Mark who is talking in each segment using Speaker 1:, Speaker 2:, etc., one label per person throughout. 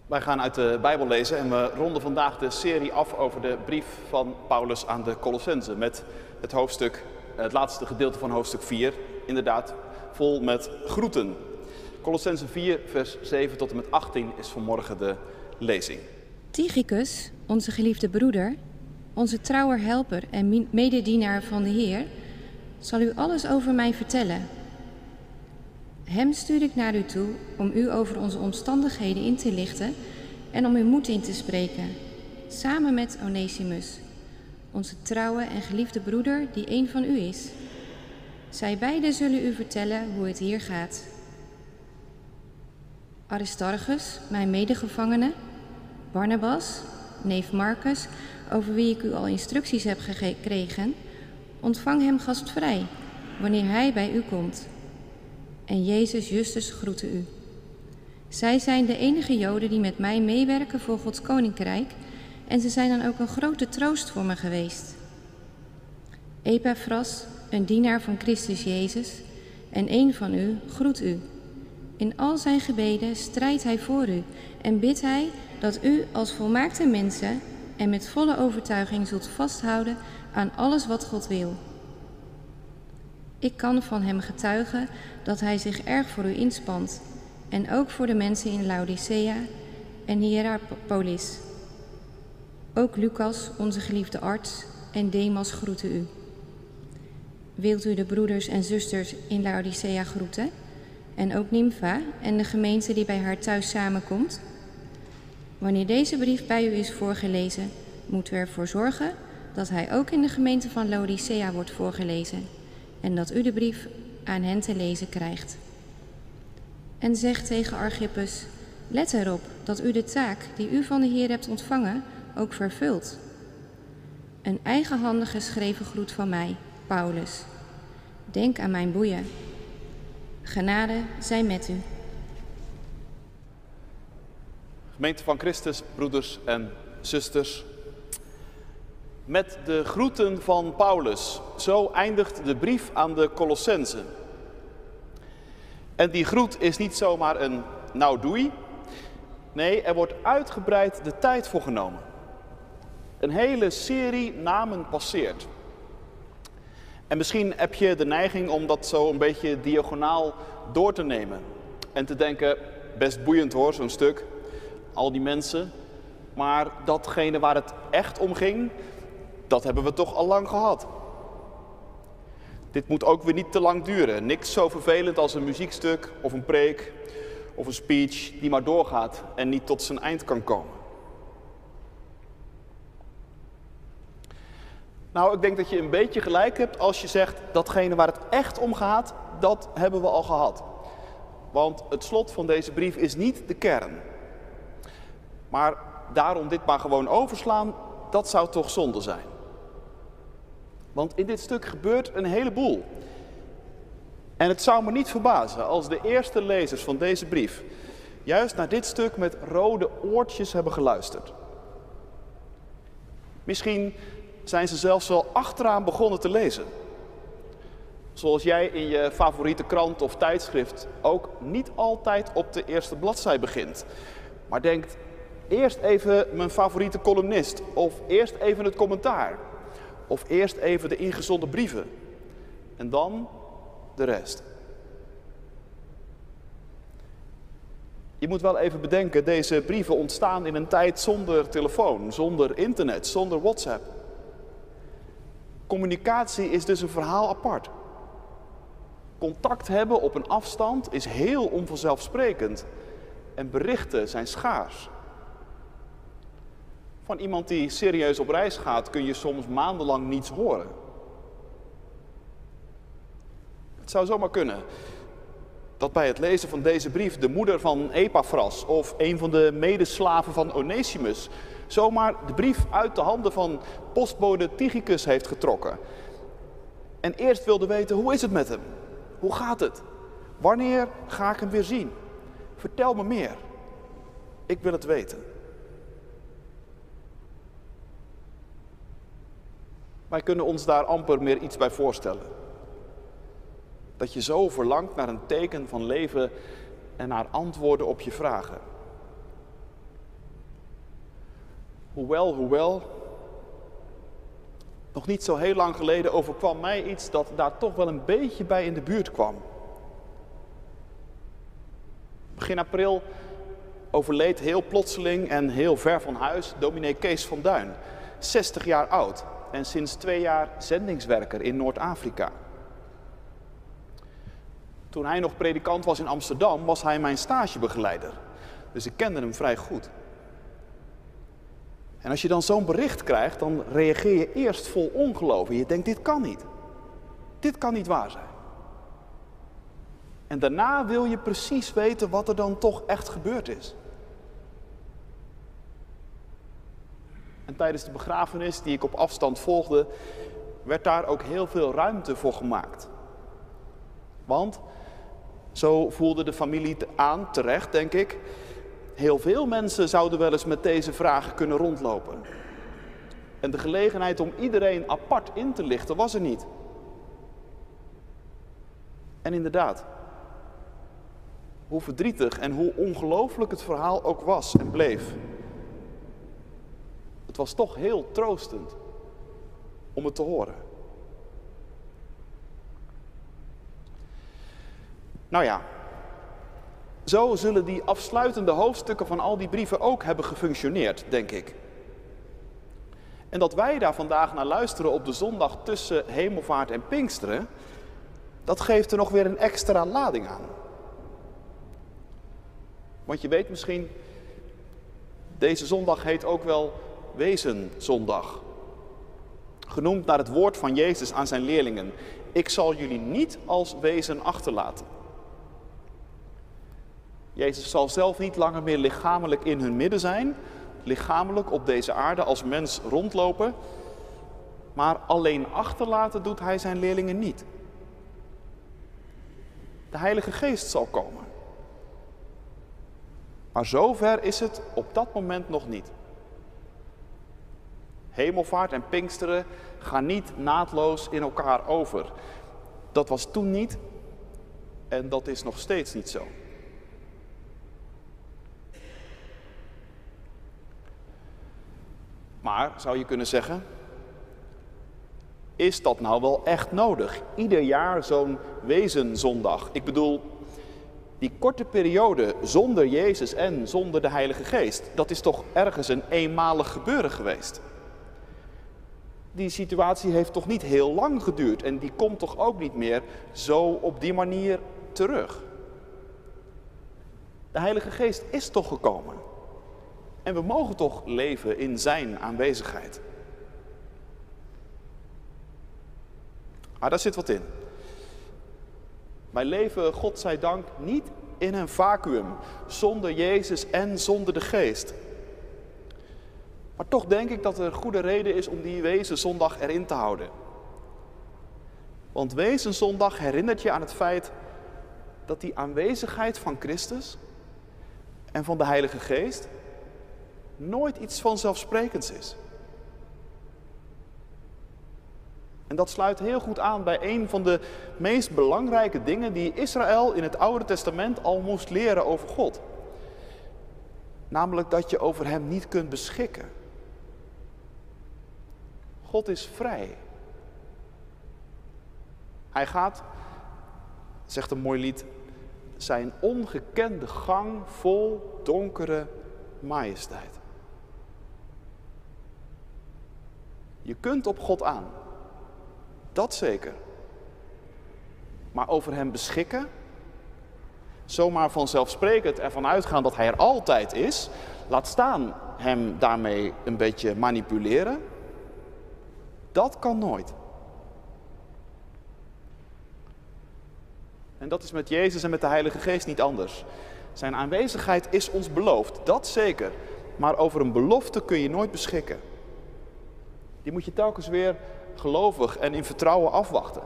Speaker 1: Wij gaan uit de Bijbel lezen en we ronden vandaag de serie af over de brief van Paulus aan de Colossenzen. Met het laatste gedeelte van hoofdstuk 4, inderdaad vol met groeten. Colossenzen 4, vers 7 tot en met 18 is vanmorgen de lezing.
Speaker 2: Tychicus, onze geliefde broeder, onze trouwe helper en mededienaar van de Heer, zal u alles over mij vertellen. Hem stuur ik naar u toe om u over onze omstandigheden in te lichten en om uw moed in te spreken, samen met Onesimus, onze trouwe en geliefde broeder die een van u is. Zij beiden zullen u vertellen hoe het hier gaat. Aristarchus, mijn medegevangene, Barnabas, neef Marcus, over wie ik u al instructies heb gekregen, ontvang hem gastvrij, wanneer hij bij u komt. En Jezus Justus groeten u. Zij zijn de enige Joden die met mij meewerken voor Gods koninkrijk en ze zijn dan ook een grote troost voor me geweest. Epaphras, een dienaar van Christus Jezus en een van u, groet u. In al zijn gebeden strijdt hij voor u en bidt hij dat u als volmaakte mensen en met volle overtuiging zult vasthouden aan alles wat God wil. Ik kan van hem getuigen dat hij zich erg voor u inspant en ook voor de mensen in Laodicea en Hierapolis. Ook Lucas, onze geliefde arts, en Demas groeten u. Wilt u de broeders en zusters in Laodicea groeten en ook Nympha en de gemeente die bij haar thuis samenkomt? Wanneer deze brief bij u is voorgelezen, moeten we ervoor zorgen dat hij ook in de gemeente van Laodicea wordt voorgelezen en dat u de brief aan hen te lezen krijgt. En zeg tegen Archippus, let erop dat u de taak die u van de Heer hebt ontvangen ook vervult. Een eigenhandig geschreven groet van mij, Paulus. Denk aan mijn boeien. Genade zij met u.
Speaker 1: Gemeente van Christus, broeders en zusters. Met de groeten van Paulus. Zo eindigt de brief aan de Colossenzen. En die groet is niet zomaar een nou doei. Nee, er wordt uitgebreid de tijd voor genomen. Een hele serie namen passeert. En misschien heb je de neiging om dat zo een beetje diagonaal door te nemen. En te denken, best boeiend hoor, zo'n stuk. Al die mensen. Maar datgene waar het echt om ging, dat hebben we toch al lang gehad. Dit moet ook weer niet te lang duren. Niks zo vervelend als een muziekstuk of een preek of een speech die maar doorgaat en niet tot zijn eind kan komen. Nou, ik denk dat je een beetje gelijk hebt als je zegt datgene waar het echt om gaat, dat hebben we al gehad. Want het slot van deze brief is niet de kern. Maar daarom dit maar gewoon overslaan, dat zou toch zonde zijn. Want in dit stuk gebeurt een heleboel. En het zou me niet verbazen als de eerste lezers van deze brief juist naar dit stuk met rode oortjes hebben geluisterd. Misschien zijn ze zelfs wel achteraan begonnen te lezen. Zoals jij in je favoriete krant of tijdschrift ook niet altijd op de eerste bladzij begint. Maar denkt, eerst even mijn favoriete columnist of eerst even het commentaar. Of eerst even de ingezonden brieven. En dan de rest. Je moet wel even bedenken, deze brieven ontstaan in een tijd zonder telefoon, zonder internet, zonder WhatsApp. Communicatie is dus een verhaal apart. Contact hebben op een afstand is heel onvanzelfsprekend. En berichten zijn schaars. Van iemand die serieus op reis gaat kun je soms maandenlang niets horen. Het zou zomaar kunnen dat bij het lezen van deze brief de moeder van Epaphras of een van de medeslaven van Onesimus zomaar de brief uit de handen van postbode Tychicus heeft getrokken. En eerst wilde weten, hoe is het met hem? Hoe gaat het? Wanneer ga ik hem weer zien? Vertel me meer. Ik wil het weten. Wij kunnen ons daar amper meer iets bij voorstellen. Dat je zo verlangt naar een teken van leven en naar antwoorden op je vragen. Hoewel, nog niet zo heel lang geleden overkwam mij iets dat daar toch wel een beetje bij in de buurt kwam. Begin april overleed heel plotseling en heel ver van huis dominee Kees van Duin, 60 jaar oud en sinds 2 jaar zendingswerker in Noord-Afrika. Toen hij nog predikant was in Amsterdam, was hij mijn stagebegeleider. Dus ik kende hem vrij goed. En als je dan zo'n bericht krijgt, dan reageer je eerst vol ongeloof. En je denkt, dit kan niet. Dit kan niet waar zijn. En daarna wil je precies weten wat er dan toch echt gebeurd is. En tijdens de begrafenis die ik op afstand volgde, werd daar ook heel veel ruimte voor gemaakt. Want, zo voelde de familie aan, terecht denk ik, heel veel mensen zouden wel eens met deze vragen kunnen rondlopen. En de gelegenheid om iedereen apart in te lichten was er niet. En inderdaad, hoe verdrietig en hoe ongelooflijk het verhaal ook was en bleef. Het was toch heel troostend om het te horen. Nou ja, zo zullen die afsluitende hoofdstukken van al die brieven ook hebben gefunctioneerd, denk ik. En dat wij daar vandaag naar luisteren op de zondag tussen Hemelvaart en Pinksteren, dat geeft er nog weer een extra lading aan. Want je weet misschien, deze zondag heet ook wel Wezenzondag. Genoemd naar het woord van Jezus aan zijn leerlingen. Ik zal jullie niet als wezen achterlaten. Jezus zal zelf niet langer meer lichamelijk in hun midden zijn, lichamelijk op deze aarde als mens rondlopen, maar alleen achterlaten doet hij zijn leerlingen niet. De Heilige Geest zal komen. Maar zover is het op dat moment nog niet. Hemelvaart en Pinksteren gaan niet naadloos in elkaar over. Dat was toen niet en dat is nog steeds niet zo. Maar, zou je kunnen zeggen, is dat nou wel echt nodig? Ieder jaar zo'n Wezenzondag. Ik bedoel, die korte periode zonder Jezus en zonder de Heilige Geest, dat is toch ergens een eenmalig gebeuren geweest? Die situatie heeft toch niet heel lang geduurd en die komt toch ook niet meer zo op die manier terug? De Heilige Geest is toch gekomen? En we mogen toch leven in zijn aanwezigheid. Maar daar zit wat in. Wij leven, God zij dank, niet in een vacuüm, zonder Jezus en zonder de Geest. Maar toch denk ik dat er goede reden is om die Wezenzondag erin te houden. Want Wezenzondag herinnert je aan het feit dat die aanwezigheid van Christus en van de Heilige Geest nooit iets vanzelfsprekends is. En dat sluit heel goed aan bij een van de meest belangrijke dingen die Israël in het Oude Testament al moest leren over God. Namelijk dat je over hem niet kunt beschikken. God is vrij. Hij gaat, zegt een mooi lied, zijn ongekende gang vol donkere majesteit. Je kunt op God aan. Dat zeker. Maar over hem beschikken, zomaar vanzelfsprekend ervan uitgaan dat hij er altijd is, laat staan hem daarmee een beetje manipuleren, dat kan nooit. En dat is met Jezus en met de Heilige Geest niet anders. Zijn aanwezigheid is ons beloofd, dat zeker. Maar over een belofte kun je nooit beschikken. Die moet je telkens weer gelovig en in vertrouwen afwachten.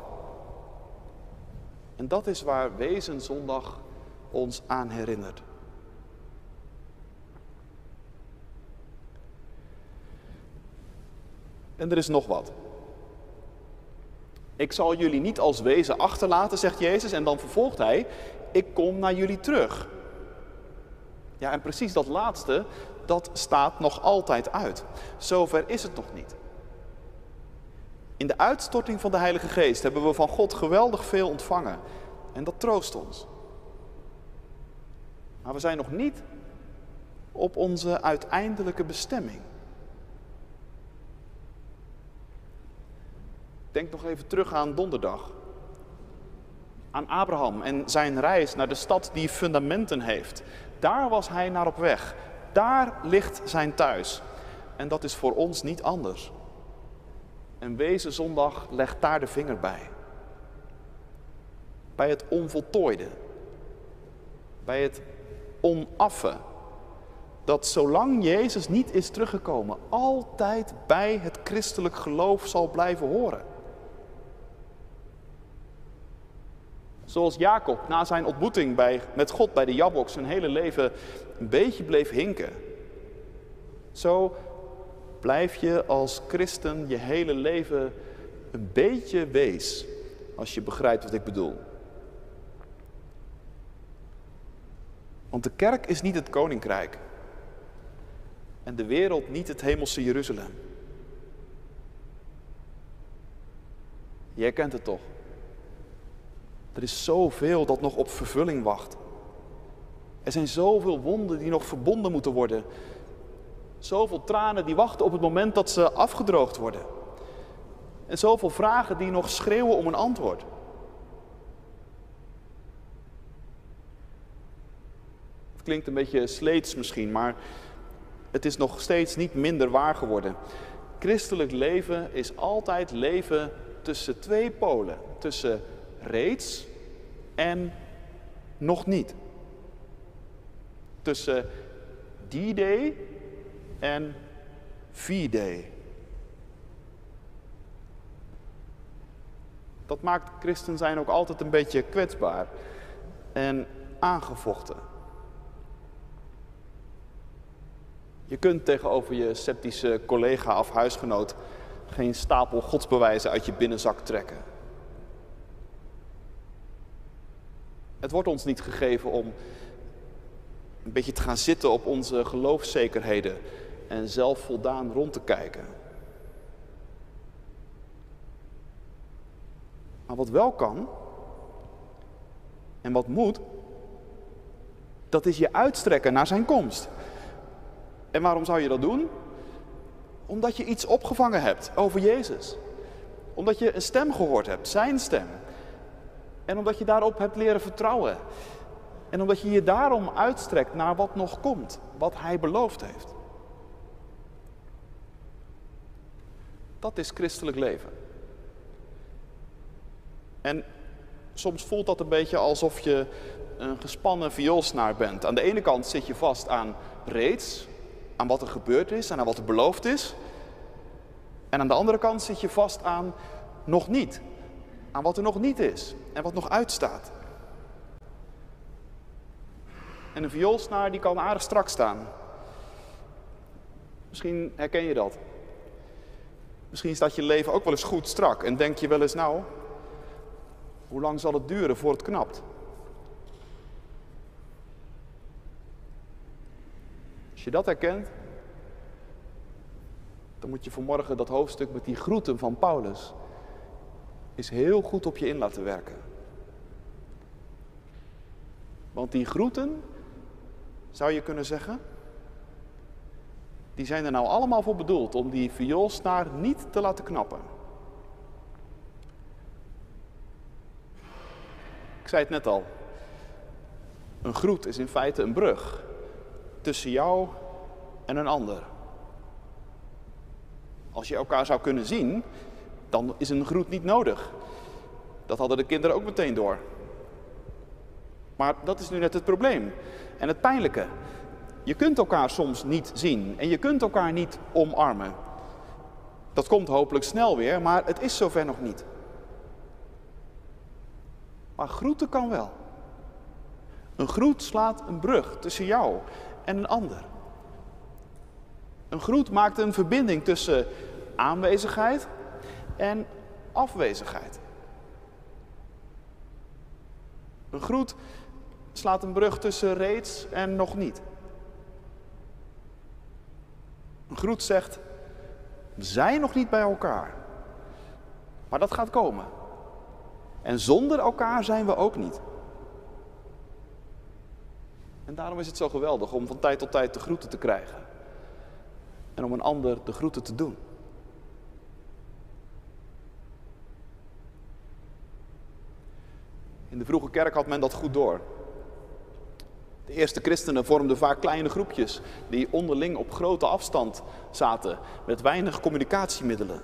Speaker 1: En dat is waar Wezenzondag ons aan herinnert. En er is nog wat. Ik zal jullie niet als wezen achterlaten, zegt Jezus, en dan vervolgt hij, ik kom naar jullie terug. Ja, en precies dat laatste, dat staat nog altijd uit. Zover is het nog niet. In de uitstorting van de Heilige Geest hebben we van God geweldig veel ontvangen. En dat troost ons. Maar we zijn nog niet op onze uiteindelijke bestemming. Denk nog even terug aan donderdag. Aan Abraham en zijn reis naar de stad die fundamenten heeft. Daar was hij naar op weg. Daar ligt zijn thuis. En dat is voor ons niet anders. En Wezen Zondag legt daar de vinger bij. Bij het onvoltooide. Bij het onaffe. Dat zolang Jezus niet is teruggekomen, altijd bij het christelijk geloof zal blijven horen. Zoals Jacob na zijn ontmoeting met God bij de Jabbok zijn hele leven een beetje bleef hinken. Zo blijf je als christen je hele leven een beetje wees, als je begrijpt wat ik bedoel. Want de kerk is niet het koninkrijk. En de wereld niet het hemelse Jeruzalem. Jij kent het toch? Er is zoveel dat nog op vervulling wacht. Er zijn zoveel wonden die nog verbonden moeten worden. Zoveel tranen die wachten op het moment dat ze afgedroogd worden. En zoveel vragen die nog schreeuwen om een antwoord. Het klinkt een beetje sleets misschien, maar het is nog steeds niet minder waar geworden. Christelijk leven is altijd leven tussen twee polen. Tussen reeds en nog niet. Tussen D-Day en V-Day. Dat maakt christen zijn ook altijd een beetje kwetsbaar en aangevochten. Je kunt tegenover je sceptische collega of huisgenoot geen stapel godsbewijzen uit je binnenzak trekken. Het wordt ons niet gegeven om een beetje te gaan zitten op onze geloofszekerheden en zelf voldaan rond te kijken. Maar wat wel kan en wat moet, dat is je uitstrekken naar zijn komst. En waarom zou je dat doen? Omdat je iets opgevangen hebt over Jezus. Omdat je een stem gehoord hebt, zijn stem. En omdat je daarop hebt leren vertrouwen. En omdat je je daarom uitstrekt naar wat nog komt, wat hij beloofd heeft. Dat is christelijk leven. En soms voelt dat een beetje alsof je een gespannen vioolsnaar bent. Aan de ene kant zit je vast aan reeds, aan wat er gebeurd is en aan wat er beloofd is. En aan de andere kant zit je vast aan nog niet. Aan wat er nog niet is en wat nog uitstaat. En een vioolsnaar die kan aardig strak staan. Misschien herken je dat. Misschien staat je leven ook wel eens goed strak en denk je wel eens, nou, hoe lang zal het duren voor het knapt? Als je dat herkent, dan moet je vanmorgen dat hoofdstuk met die groeten van Paulus is heel goed op je in laten werken. Want die groeten, zou je kunnen zeggen, die zijn er nou allemaal voor bedoeld om die vioolsnaar niet te laten knappen. Ik zei het net al, een groet is in feite een brug tussen jou en een ander. Als je elkaar zou kunnen zien, dan is een groet niet nodig. Dat hadden de kinderen ook meteen door. Maar dat is nu net het probleem. En het pijnlijke. Je kunt elkaar soms niet zien en je kunt elkaar niet omarmen. Dat komt hopelijk snel weer, maar het is zover nog niet. Maar groeten kan wel. Een groet slaat een brug tussen jou en een ander. Een groet maakt een verbinding tussen aanwezigheid en afwezigheid. Een groet slaat een brug tussen reeds en nog niet. groet zegt, we zijn nog niet bij elkaar. Maar dat gaat komen. En zonder elkaar zijn we ook niet. En daarom is het zo geweldig om van tijd tot tijd de groeten te krijgen. En om een ander de groeten te doen. In de vroege kerk had men dat goed door. De eerste christenen vormden vaak kleine groepjes die onderling op grote afstand zaten met weinig communicatiemiddelen.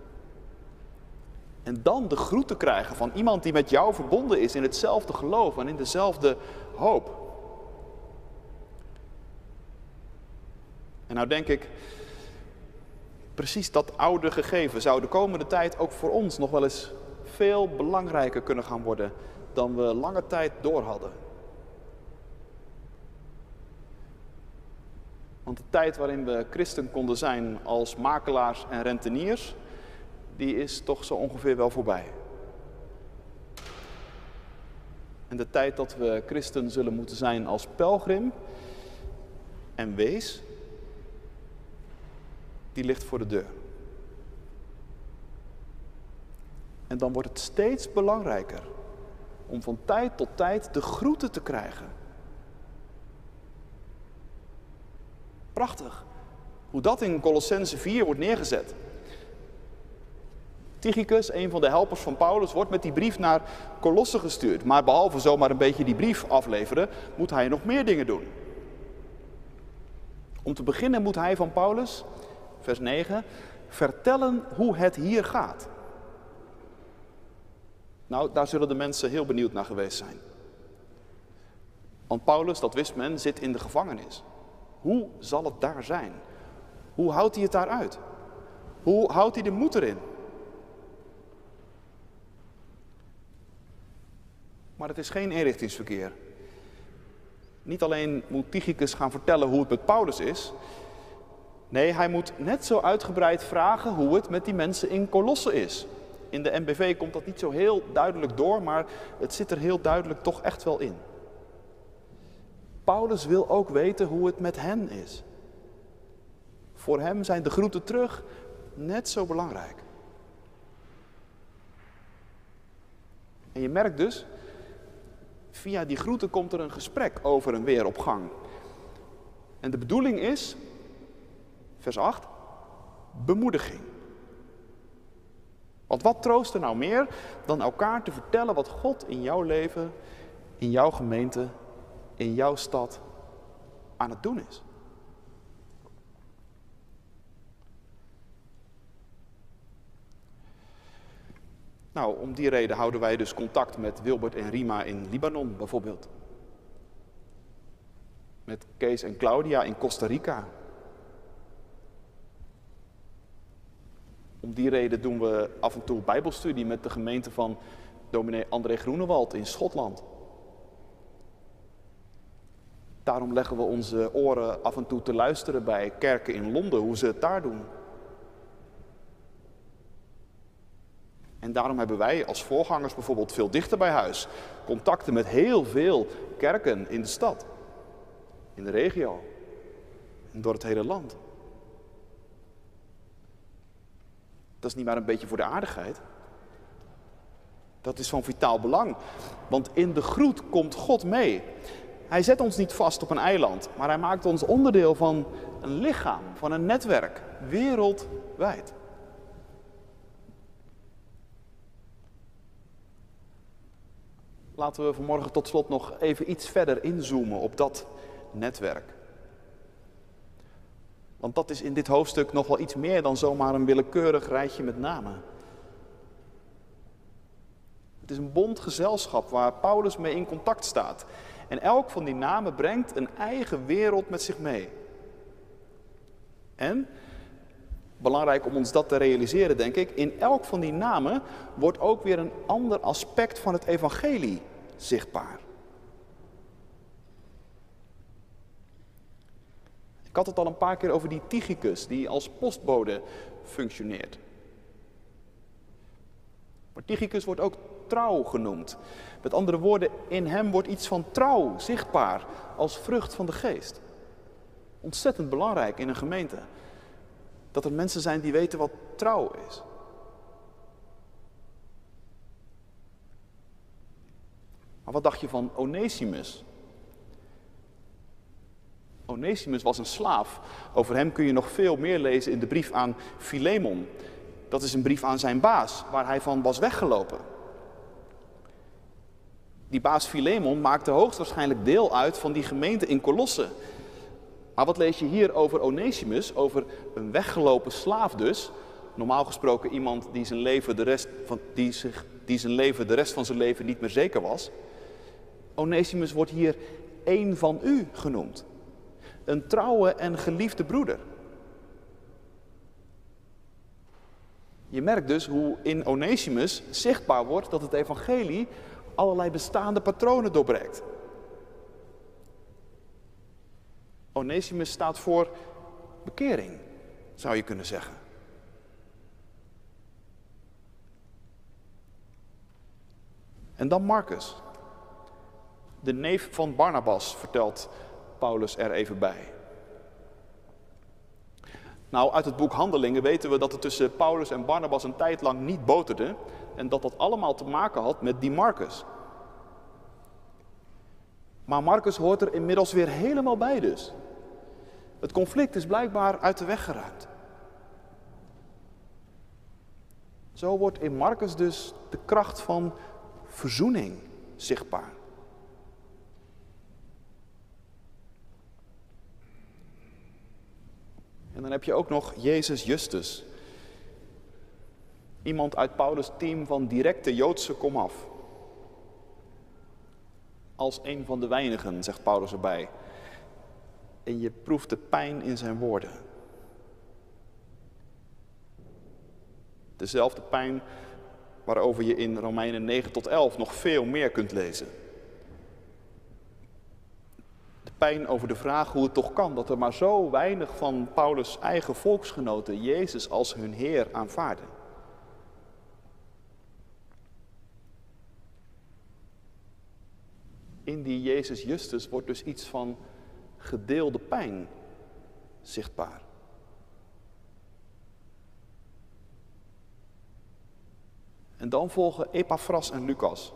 Speaker 1: En dan de groeten krijgen van iemand die met jou verbonden is in hetzelfde geloof en in dezelfde hoop. En nou denk ik, precies dat oude gegeven zou de komende tijd ook voor ons nog wel eens veel belangrijker kunnen gaan worden dan we lange tijd door hadden. Want de tijd waarin we christen konden zijn als makelaars en renteniers, die is toch zo ongeveer wel voorbij. En de tijd dat we christen zullen moeten zijn als pelgrim en wees, die ligt voor de deur. En dan wordt het steeds belangrijker om van tijd tot tijd de groeten te krijgen. Prachtig, hoe dat in Colossenzen 4 wordt neergezet. Tychicus, een van de helpers van Paulus, wordt met die brief naar Colosse gestuurd. Maar behalve zomaar een beetje die brief afleveren, moet hij nog meer dingen doen. Om te beginnen moet hij van Paulus, vers 9, vertellen hoe het hier gaat. Nou, daar zullen de mensen heel benieuwd naar geweest zijn. Want Paulus, dat wist men, zit in de gevangenis. Hoe zal het daar zijn? Hoe houdt hij het daar uit? Hoe houdt hij de moed erin? Maar het is geen eenrichtingsverkeer. Niet alleen moet Tychicus gaan vertellen hoe het met Paulus is. Nee, hij moet net zo uitgebreid vragen hoe het met die mensen in Colosse is. In de NBV komt dat niet zo heel duidelijk door, maar het zit er heel duidelijk toch echt wel in. Paulus wil ook weten hoe het met hen is. Voor hem zijn de groeten terug net zo belangrijk. En je merkt dus, via die groeten komt er een gesprek over en weer op gang. En de bedoeling is, vers 8, bemoediging. Want wat troost er nou meer dan elkaar te vertellen wat God in jouw leven, in jouw gemeente, in jouw stad aan het doen is. Nou, om die reden houden wij dus contact met Wilbert en Rima in Libanon bijvoorbeeld. Met Kees en Claudia in Costa Rica. Om die reden doen we af en toe bijbelstudie met de gemeente van dominee André Groenewald in Schotland. Daarom leggen we onze oren af en toe te luisteren bij kerken in Londen, hoe ze het daar doen. En daarom hebben wij als voorgangers bijvoorbeeld veel dichter bij huis contacten met heel veel kerken in de stad, in de regio en door het hele land. Dat is niet maar een beetje voor de aardigheid. Dat is van vitaal belang, want in de groet komt God mee. Hij zet ons niet vast op een eiland, maar hij maakt ons onderdeel van een lichaam, van een netwerk, wereldwijd. Laten we vanmorgen tot slot nog even iets verder inzoomen op dat netwerk. Want dat is in dit hoofdstuk nog wel iets meer dan zomaar een willekeurig rijtje met namen. Het is een bondgezelschap waar Paulus mee in contact staat. En elk van die namen brengt een eigen wereld met zich mee. En, belangrijk om ons dat te realiseren denk ik, in elk van die namen wordt ook weer een ander aspect van het evangelie zichtbaar. Ik had het al een paar keer over die Tychicus die als postbode functioneert. Maar Tychicus wordt ook trouw genoemd. Met andere woorden, in hem wordt iets van trouw zichtbaar als vrucht van de geest. Ontzettend belangrijk in een gemeente. Dat er mensen zijn die weten wat trouw is. Maar wat dacht je van Onesimus? Onesimus was een slaaf. Over hem kun je nog veel meer lezen in de brief aan Filemon. Dat is een brief aan zijn baas, waar hij van was weggelopen. Die baas Filemon maakte hoogstwaarschijnlijk deel uit van die gemeente in Colosse. Maar wat lees je hier over Onesimus, over een weggelopen slaaf dus? Normaal gesproken iemand die zijn leven de rest van zijn leven niet meer zeker was. Onesimus wordt hier één van u genoemd. Een trouwe en geliefde broeder. Je merkt dus hoe in Onesimus zichtbaar wordt dat het evangelie allerlei bestaande patronen doorbreekt. Onesimus staat voor bekering, zou je kunnen zeggen. En dan Marcus, de neef van Barnabas, vertelt Paulus er even bij. Nou, uit het boek Handelingen weten we dat het tussen Paulus en Barnabas een tijd lang niet boterde en dat dat allemaal te maken had met die Marcus. Maar Marcus hoort er inmiddels weer helemaal bij dus. Het conflict is blijkbaar uit de weg geruimd. Zo wordt in Marcus dus de kracht van verzoening zichtbaar. En dan heb je ook nog Jezus Justus. Iemand uit Paulus' team van directe Joodse komaf. Als een van de weinigen, zegt Paulus erbij. En je proeft de pijn in zijn woorden. Dezelfde pijn waarover je in Romeinen 9 tot 11 nog veel meer kunt lezen. De pijn over de vraag hoe het toch kan dat er maar zo weinig van Paulus' eigen volksgenoten Jezus als hun Heer aanvaarden. In die Jezus Justus wordt dus iets van gedeelde pijn zichtbaar. En dan volgen Epaphras en Lucas.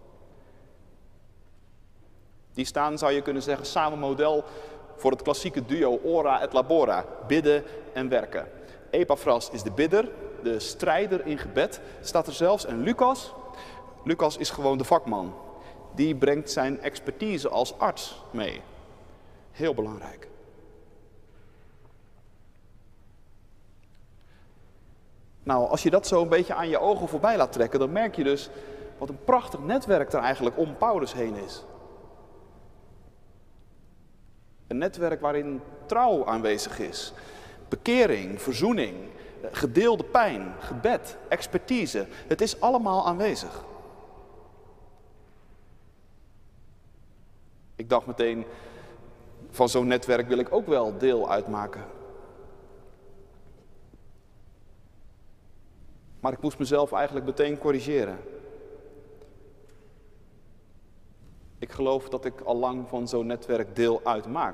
Speaker 1: Die staan, zou je kunnen zeggen, samen model voor het klassieke duo ora et labora, bidden en werken. Epaphras is de bidder, de strijder in gebed, staat er zelfs. En Lucas is gewoon de vakman. Die brengt zijn expertise als arts mee. Heel belangrijk. Nou, als je dat zo een beetje aan je ogen voorbij laat trekken, dan merk je dus wat een prachtig netwerk er eigenlijk om Paulus heen is. Een netwerk waarin trouw aanwezig is. Bekering, verzoening, gedeelde pijn, gebed, expertise. Het is allemaal aanwezig. Ik dacht meteen, van zo'n netwerk wil ik ook wel deel uitmaken. Maar ik moest mezelf eigenlijk meteen corrigeren. Ik geloof dat ik al lang van zo'n netwerk deel uitmaak.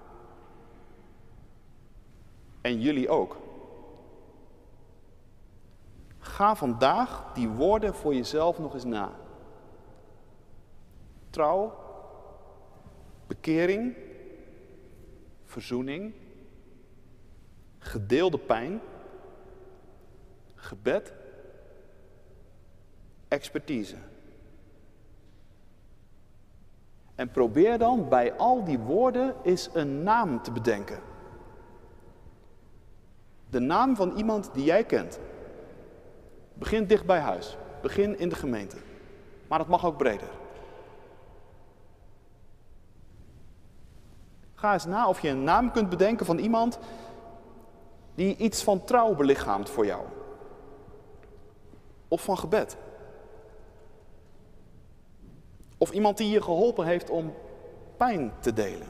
Speaker 1: En jullie ook. Ga vandaag die woorden voor jezelf nog eens na. Trouw, bekering, verzoening, gedeelde pijn, gebed, expertise. En probeer dan bij al die woorden eens een naam te bedenken. De naam van iemand die jij kent. Begin dicht bij huis. Begin in de gemeente. Maar dat mag ook breder. Ga eens na of je een naam kunt bedenken van iemand die iets van trouw belichaamt voor jou. Of van gebed. Of iemand die je geholpen heeft om pijn te delen.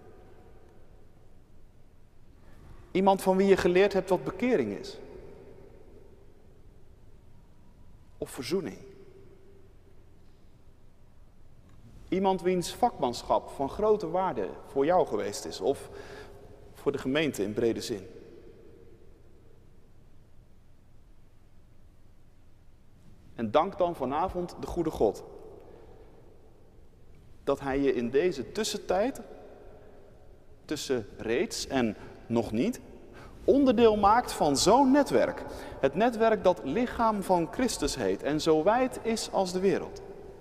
Speaker 1: Iemand van wie je geleerd hebt wat bekering is. Of verzoening. Iemand wiens vakmanschap van grote waarde voor jou geweest is. Of voor de gemeente in brede zin. En dank dan vanavond de goede God dat hij je in deze tussentijd, tussen reeds en nog niet, onderdeel maakt van zo'n netwerk. Het netwerk dat lichaam van Christus heet en zo wijd is als de wereld.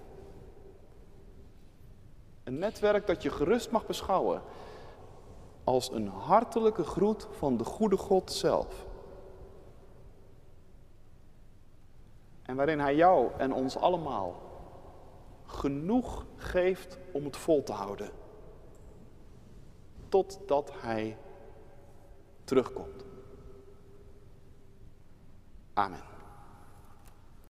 Speaker 1: Een netwerk dat je gerust mag beschouwen als een hartelijke groet van de goede God zelf. En waarin hij jou en ons allemaal genoeg geeft om het vol te houden. Totdat hij terugkomt. Amen.